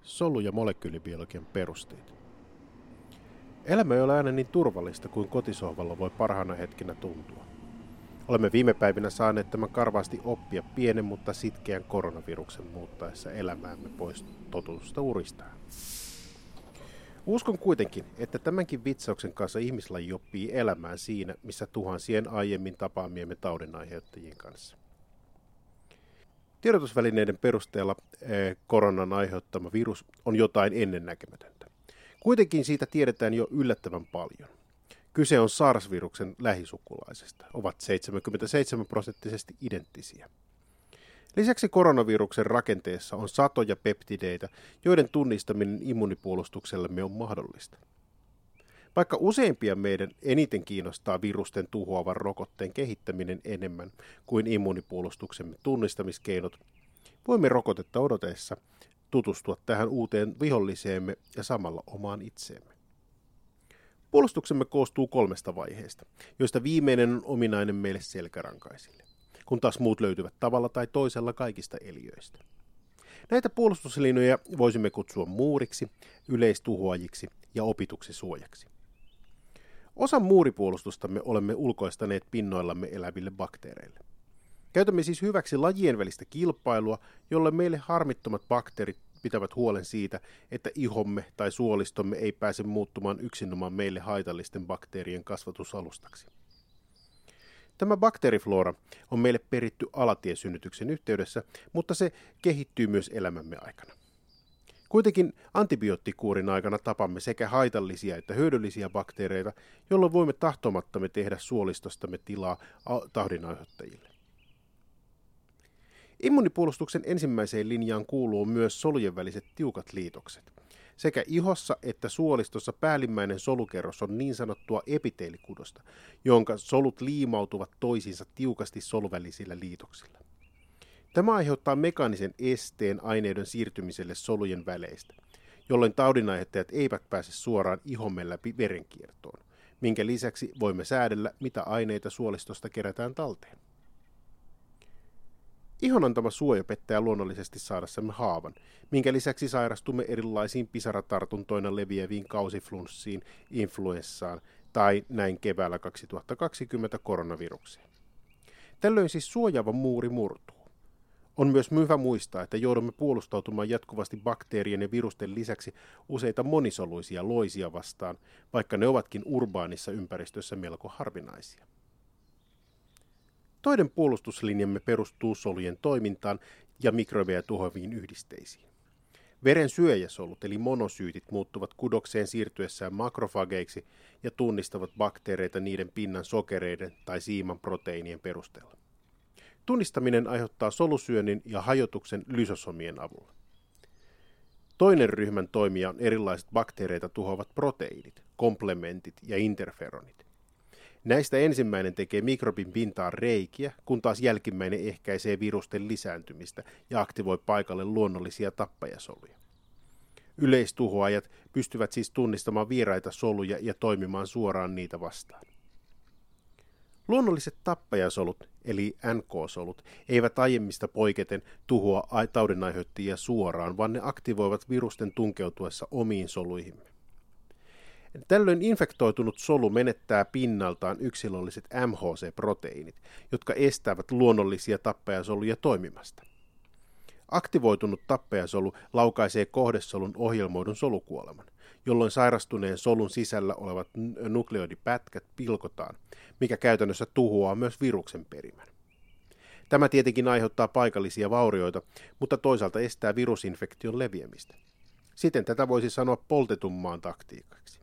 Solu- ja molekyylibiologian perusteet. Elämä ei ole aina niin turvallista kuin kotisohvalla voi parhaana hetkinä tuntua. Olemme viime päivinä saaneet tämän karvaasti oppia pienen, mutta sitkeän koronaviruksen muuttaessa elämäämme pois totutusta uristaan. Uskon kuitenkin, että tämänkin vitsauksen kanssa ihmislaji oppii elämään siinä, missä tuhansien aiemmin tapaamiemme taudinaiheuttajien kanssa. Tiedotusvälineiden perusteella koronan aiheuttama virus on jotain ennennäkemätöntä. Kuitenkin siitä tiedetään jo yllättävän paljon. Kyse on SARS-viruksen lähisukulaisesta, ovat 77% identtisiä. Lisäksi koronaviruksen rakenteessa on satoja peptideitä, joiden tunnistaminen immunipuolustuksellemme on mahdollista. Vaikka useimpia meidän eniten kiinnostaa virusten tuhoavan rokotteen kehittäminen enemmän kuin immunipuolustuksemme tunnistamiskeinot, voimme rokotetta odotessa tutustua tähän uuteen viholliseemme ja samalla omaan itseemme. Puolustuksemme koostuu 3 vaiheesta, joista viimeinen on ominainen meille selkärankaisille, kun taas muut löytyvät tavalla tai toisella kaikista eliöistä. Näitä puolustuslinjoja voisimme kutsua muuriksi, yleistuhoajiksi ja opituksi suojaksi. Osan muuripuolustustamme olemme ulkoistaneet pinnoillamme eläville bakteereille. Käytämme siis hyväksi lajien välistä kilpailua, jolle meille harmittomat bakteerit pitävät huolen siitä, että ihomme tai suolistomme ei pääse muuttumaan yksinomaan meille haitallisten bakteerien kasvatusalustaksi. Tämä bakteeriflora on meille peritty alatiesynnytyksen yhteydessä, mutta se kehittyy myös elämämme aikana. Kuitenkin antibioottikuurin aikana tapamme sekä haitallisia että hyödyllisiä bakteereita, jolloin voimme tahtomattamme tehdä suolistostamme tilaa taudinaiheuttajille. Immunipuolustuksen ensimmäiseen linjaan kuuluu myös solujen väliset tiukat liitokset. Sekä ihossa että suolistossa päällimmäinen solukerros on niin sanottua epiteelikudosta, jonka solut liimautuvat toisiinsa tiukasti soluvälisillä liitoksilla. Tämä aiheuttaa mekaanisen esteen aineiden siirtymiselle solujen väleistä, jolloin taudinaiheuttajat eivät pääse suoraan ihomme läpi verenkiertoon, minkä lisäksi voimme säädellä, mitä aineita suolistosta kerätään talteen. Ihon antama suoja pettää luonnollisesti saadessamme haavan, minkä lisäksi sairastumme erilaisiin pisaratartuntoina leviäviin kausiflunssiin, influenssaan tai näin keväällä 2020 koronavirukseen. Tällöin siis suojaava muuri murtuu. On myös hyvä muistaa, että joudumme puolustautumaan jatkuvasti bakteerien ja virusten lisäksi useita monisoluisia loisia vastaan, vaikka ne ovatkin urbaanissa ympäristössä melko harvinaisia. Toinen puolustuslinjamme perustuu solujen toimintaan ja mikrobeja tuhoaviin yhdisteisiin. Veren syöjäsolut eli monosyytit muuttuvat kudokseen siirtyessään makrofageiksi ja tunnistavat bakteereita niiden pinnan sokereiden tai siiman proteiinien perusteella. Tunnistaminen aiheuttaa solusyönnin ja hajotuksen lysosomien avulla. Toinen ryhmän toimija on erilaiset bakteereita tuhoavat proteiinit, komplementit ja interferonit. Näistä ensimmäinen tekee mikrobin pintaan reikiä, kun taas jälkimmäinen ehkäisee virusten lisääntymistä ja aktivoi paikalle luonnollisia tappajasoluja. Yleistuhoajat pystyvät siis tunnistamaan vieraita soluja ja toimimaan suoraan niitä vastaan. Luonnolliset tappajasolut, eli NK-solut, eivät aiemmista poiketen tuhoa taudinaiheuttajia suoraan, vaan ne aktivoivat virusten tunkeutuessa omiin soluihimme. Tällöin infektoitunut solu menettää pinnaltaan yksilölliset MHC-proteiinit, jotka estävät luonnollisia tappajasoluja toimimasta. Aktivoitunut tappajasolu laukaisee kohdesolun ohjelmoidun solukuoleman, jolloin sairastuneen solun sisällä olevat nukleoidipätkät pilkotaan, mikä käytännössä tuhoaa myös viruksen perimän. Tämä tietenkin aiheuttaa paikallisia vaurioita, mutta toisaalta estää virusinfektion leviämistä. Siten tätä voisi sanoa poltetun maan taktiikaksi.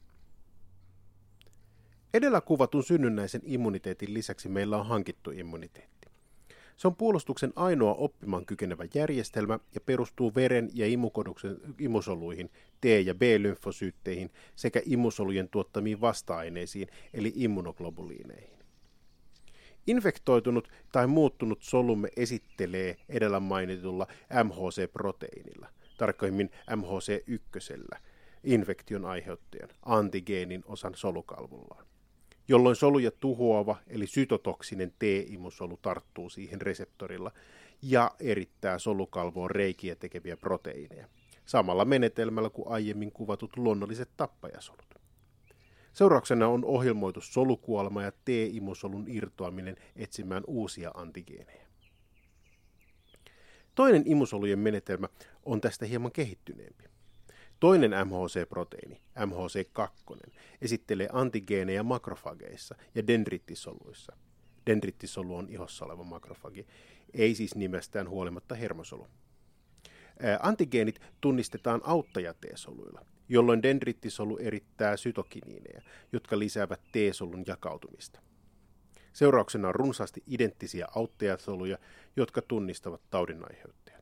Edellä kuvatun synnynnäisen immuniteetin lisäksi meillä on hankittu immuniteetti. Se on puolustuksen ainoa oppimaan kykenevä järjestelmä ja perustuu veren ja imusoluihin, T- ja B-lymfosyytteihin sekä imusolujen tuottamiin vasta-aineisiin eli immunoglobuliineihin. Infektoitunut tai muuttunut solumme esittelee edellä mainitulla MHC-proteiinilla, tarkemmin MHC1, infektion aiheuttajan, antigeenin osan solukalvollaan, jolloin soluja tuhoava eli sytotoksinen T-imusolu tarttuu siihen reseptorilla ja erittää solukalvoon reikiä tekeviä proteiineja, samalla menetelmällä kuin aiemmin kuvatut luonnolliset tappajasolut. Seurauksena on ohjelmoitu solukuolema ja T-imusolun irtoaminen etsimään uusia antigeenejä. Toinen imusolujen menetelmä on tästä hieman kehittyneempi. Toinen MHC-proteiini, MHC2, esittelee antigeenejä makrofageissa ja dendrittisoluissa. Dendrittisolu on ihossa oleva makrofagi, ei siis nimestään huolimatta hermosolu. Antigeenit tunnistetaan auttaja-T-soluilla, jolloin dendrittisolu erittää sytokiniineja, jotka lisäävät T-solun jakautumista. Seurauksena on runsaasti identtisiä auttajasoluja, jotka tunnistavat taudinaiheuttajat.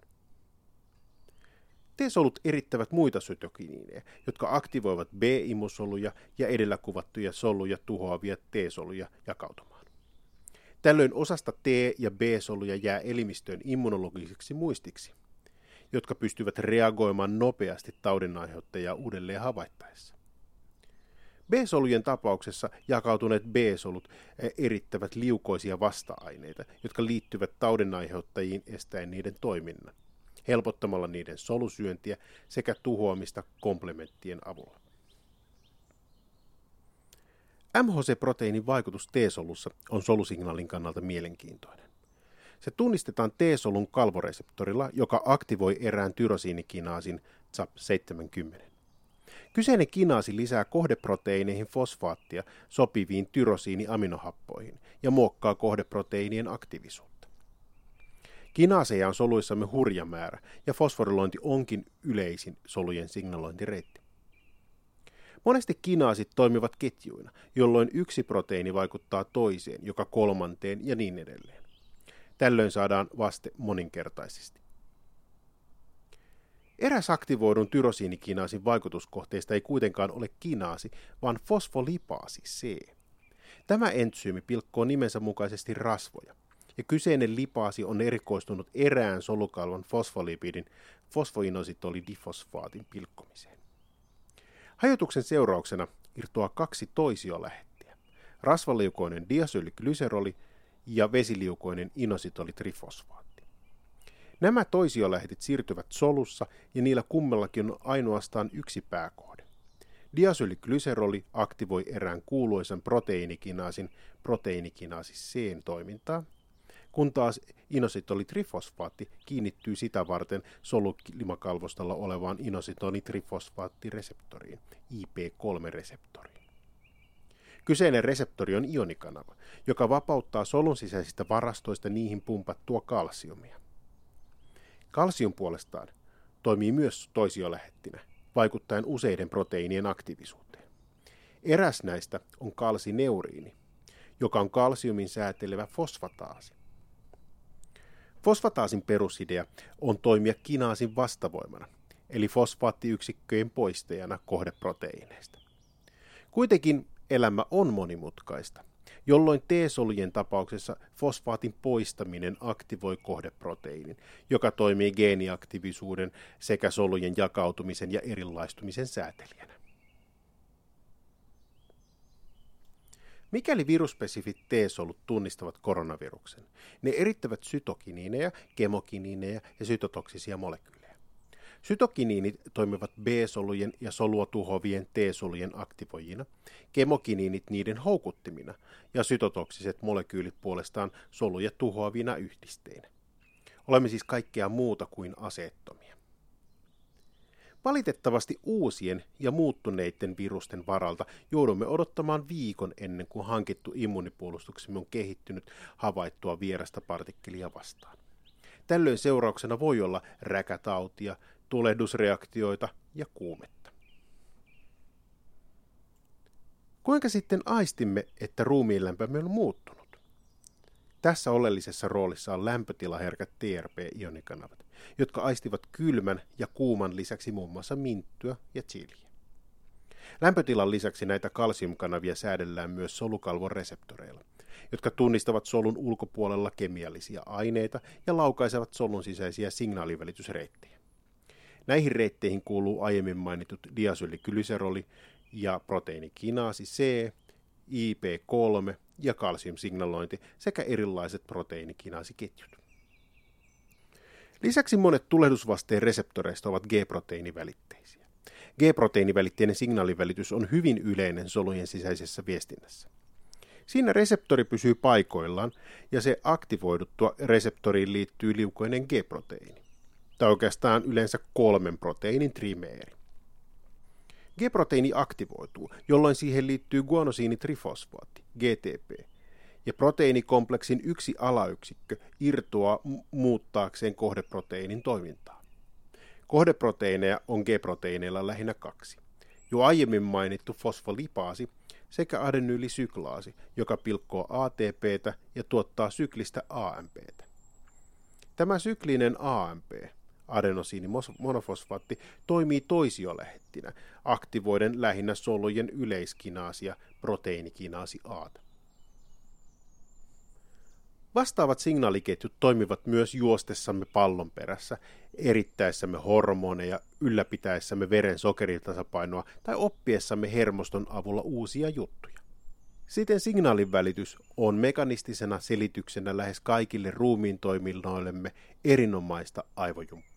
T-solut erittävät muita sytokiniineja, jotka aktivoivat B-imusoluja ja edellä kuvattuja soluja tuhoavia T-soluja jakautumaan. Tällöin osasta T- ja B-soluja jää elimistöön immunologisiksi muistiksi, jotka pystyvät reagoimaan nopeasti taudinaiheuttajaa uudelleen havaittaessa. B-solujen tapauksessa jakautuneet B-solut erittävät liukoisia vasta-aineita, jotka liittyvät taudinaiheuttajiin estäen niiden toiminnan, helpottamalla niiden solusyöntiä sekä tuhoamista komplementtien avulla. MHC-proteiinin vaikutus T-solussa on solusignaalin kannalta mielenkiintoinen. Se tunnistetaan T-solun kalvoreseptorilla, joka aktivoi erään tyrosiinikinaasin ZAP70. Kyseinen kinaasi lisää kohdeproteiineihin fosfaattia sopiviin tyrosiiniaminohappoihin ja muokkaa kohdeproteiinien aktiivisuutta. Kinaaseja on soluissamme hurja määrä ja fosforilointi onkin yleisin solujen signalointireitti. Monesti kinaasit toimivat ketjuina, jolloin yksi proteiini vaikuttaa toiseen, joka kolmanteen ja niin edelleen. Tällöin saadaan vaste moninkertaisesti. Eräs aktivoidun tyrosiinikinaasin vaikutuskohteista ei kuitenkaan ole kinaasi, vaan fosfolipaasi C. Tämä entsyymi pilkkoo nimensä mukaisesti rasvoja, ja kyseinen lipaasi on erikoistunut erään solukalvon fosfolipidin fosfoinositolidifosfaatin pilkkomiseen. Hajotuksen seurauksena irtoaa kaksi toisiolähettiä, rasvaliukoinen diasylglyseroli ja vesiliukoinen inositolitrifosfaatti. Nämä toisiolähetit siirtyvät solussa ja niillä kummallakin on ainoastaan yksi pääkohde. Diasylglyseroli aktivoi erään kuuluisan proteiinikinaasin proteiinikinaasi C:n toimintaa, kun taas inositolitrifosfaatti kiinnittyy sitä varten solulimakalvostalla olevaan inositolitrifosfaattireseptoriin, IP3-reseptoriin. Kyseinen reseptori on ionikanava, joka vapauttaa solun sisäisistä varastoista niihin pumpattua kalsiumia. Kalsium puolestaan toimii myös toisiolähettinä, vaikuttaen useiden proteiinien aktiivisuuteen. Eräs näistä on kalsineuriini, joka on kalsiumin säätelevä fosfataasi. Fosfataasin perusidea on toimia kinaasin vastavoimana, eli fosfaattiyksikköjen poistajana kohdeproteiineista. Kuitenkin elämä on monimutkaista, jolloin T-solujen tapauksessa fosfaatin poistaminen aktivoi kohdeproteiinin, joka toimii geeniaktiivisuuden sekä solujen jakautumisen ja erilaistumisen säätelijänä. Mikäli virusspesifit T-solut tunnistavat koronaviruksen, ne erittävät sytokiniineja, kemokiniineja ja sytotoksisia molekyylejä. Sytokiniinit toimivat B-solujen ja solua tuhoavien T-solujen aktivoijina, kemokiniinit niiden houkuttimina ja sytotoksiset molekyylit puolestaan soluja tuhoavina yhdisteinä. Olemme siis kaikkea muuta kuin aseettomia. Valitettavasti uusien ja muuttuneiden virusten varalta joudumme odottamaan viikon ennen kuin hankittu immunipuolustuksemme on kehittynyt havaittua vierasta partikkelia vastaan. Tällöin seurauksena voi olla räkätautia, tulehdusreaktioita ja kuumetta. Kuinka sitten aistimme, että ruumiin lämpömme on muuttunut? Tässä oleellisessa roolissa on lämpötilaherkät TRP-ionikanavat, jotka aistivat kylmän ja kuuman lisäksi muun muassa minttyä ja chiliä. Lämpötilan lisäksi näitä kalsiumkanavia säädellään myös solukalvon reseptoreilla, jotka tunnistavat solun ulkopuolella kemiallisia aineita ja laukaisevat solun sisäisiä signaalivälitysreittejä. Näihin reitteihin kuuluu aiemmin mainitut diasylglyseroli ja proteiinikinaasi C, IP3 ja kalsiumsignalointi sekä erilaiset proteiinikinaasiketjut. Lisäksi monet tulehdusvasteen reseptoreista ovat G-proteiinivälitteisiä. G-proteiinivälitteinen signaalivälitys on hyvin yleinen solujen sisäisessä viestinnässä. Siinä reseptori pysyy paikoillaan ja se aktivoiduttua reseptoriin liittyy liukoinen G-proteiini, tai oikeastaan yleensä 3 proteiinin trimeeri. G-proteiini aktivoituu, jolloin siihen liittyy guanosiinitrifosfaatti, GTP, ja proteiinikompleksin yksi alayksikkö irtoaa muuttaakseen kohdeproteiinin toimintaa. Kohdeproteiineja on G-proteiineilla lähinnä 2. Jo aiemmin mainittu fosfolipaasi sekä adenyylisyklaasi, joka pilkkoo ATP:tä ja tuottaa syklistä AMP:tä. Tämä syklinen AMP, adenosiinimonofosfaatti, toimii toisiolähettinä, aktivoiden lähinnä solujen yleiskinaasia, proteiinikinaasi A:ta. Vastaavat signaaliketjut toimivat myös juostessamme pallon perässä, erittäessämme hormoneja, ylläpitäessämme veren sokeritasapainoa tai oppiessamme hermoston avulla uusia juttuja. Siten signaalin välitys on mekanistisena selityksenä lähes kaikille ruumiin toiminnoillemme erinomaista aivojumppaa.